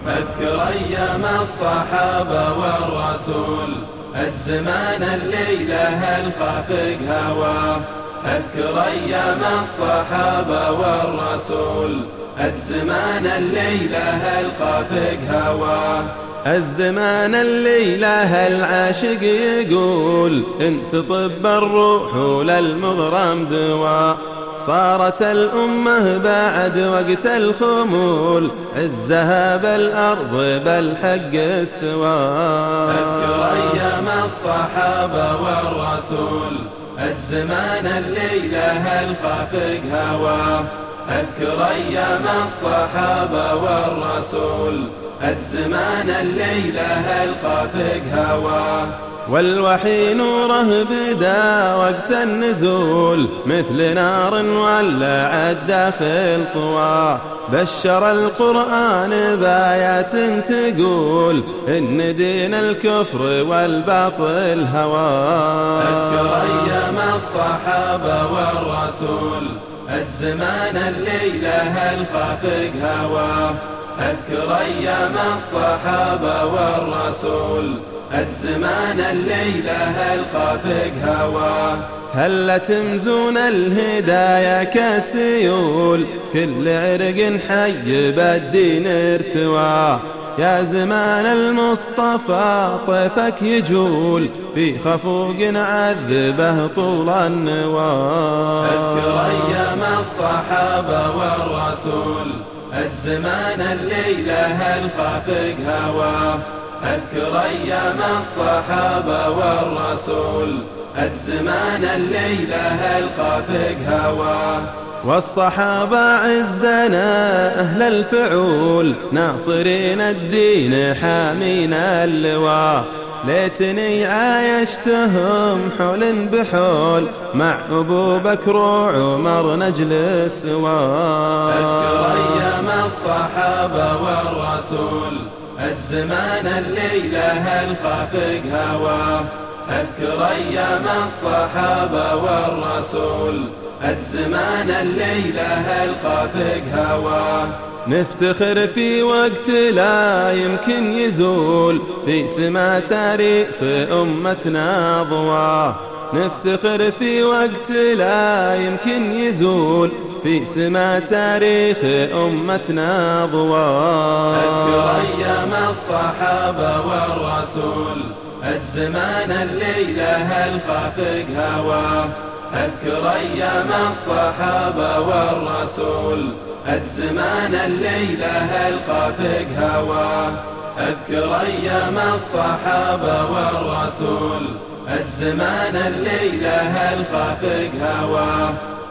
أذكر أيام الصحابة والرسول، الزمان الليلة الخافق هواه. أذكر أيام الصحابة والرسول، الزمان الليلة الخافق هواه. الزمان الليلة العاشق يقول انت طب الروح وللمغرم دواء. صارت الأمة بعد وقت الخمول عزها بالأرض بالحق استوى. أذكر أيام الصحابة والرسول، الزمان الليلة الخافق هواه. أذكر أيام الصحابة والرسول، الزمان الليلة الخافق هواه. والوحي نوره بدا وقت النزول، مثل نار ولع الداخل طواه. بشر القرآن بآيات تقول إن دين الكفر والباطل هواه. أذكر أيام الصحابة والرسول، الزمان الليلة الخافق هواه. أذكر أيام الصحابة والرسول، الزمان الليلة الخافق هواه. هل تمزون الهدايا كالسيول، كل عرق حي بالدين ارتواه. يا زمان المصطفى طيفك يجول، في خفوق عذبه طول النواه. أذكر أيام الصحابة والرسول، الزمان الليلة الخافق هواه. أذكر أيام الصحابة والرسول، الزمان الليلة الخافق هواه. والصحابة عزنا أهل الفعول، ناصرين الدين حامين اللواء. ليتني عايشتهم حول بحول، مع أبو بكر وعمر نجلس سوا. أذكر أيام الصحابة والرسول، الزمان الليلة الخافق هواه. أذكر أيام الصحابة والرسول، الزمان الليلة الخافق هواه. نفتخر في وقت لا يمكن يزول، في سما تاريخ أمتنا ضواه. نفتخر في وقت لا يمكن يزول، في سما تاريخ أمتنا ضواه. أذكر أيام الصحابة والرسول، الزمان الليلة الخافق هواه. أذكر أيام الصحابة والرسول، الزمان الليلة الخافق هواه. أذكر أيام الصحابة والرسول، الزمان الليلة الخافق هواه.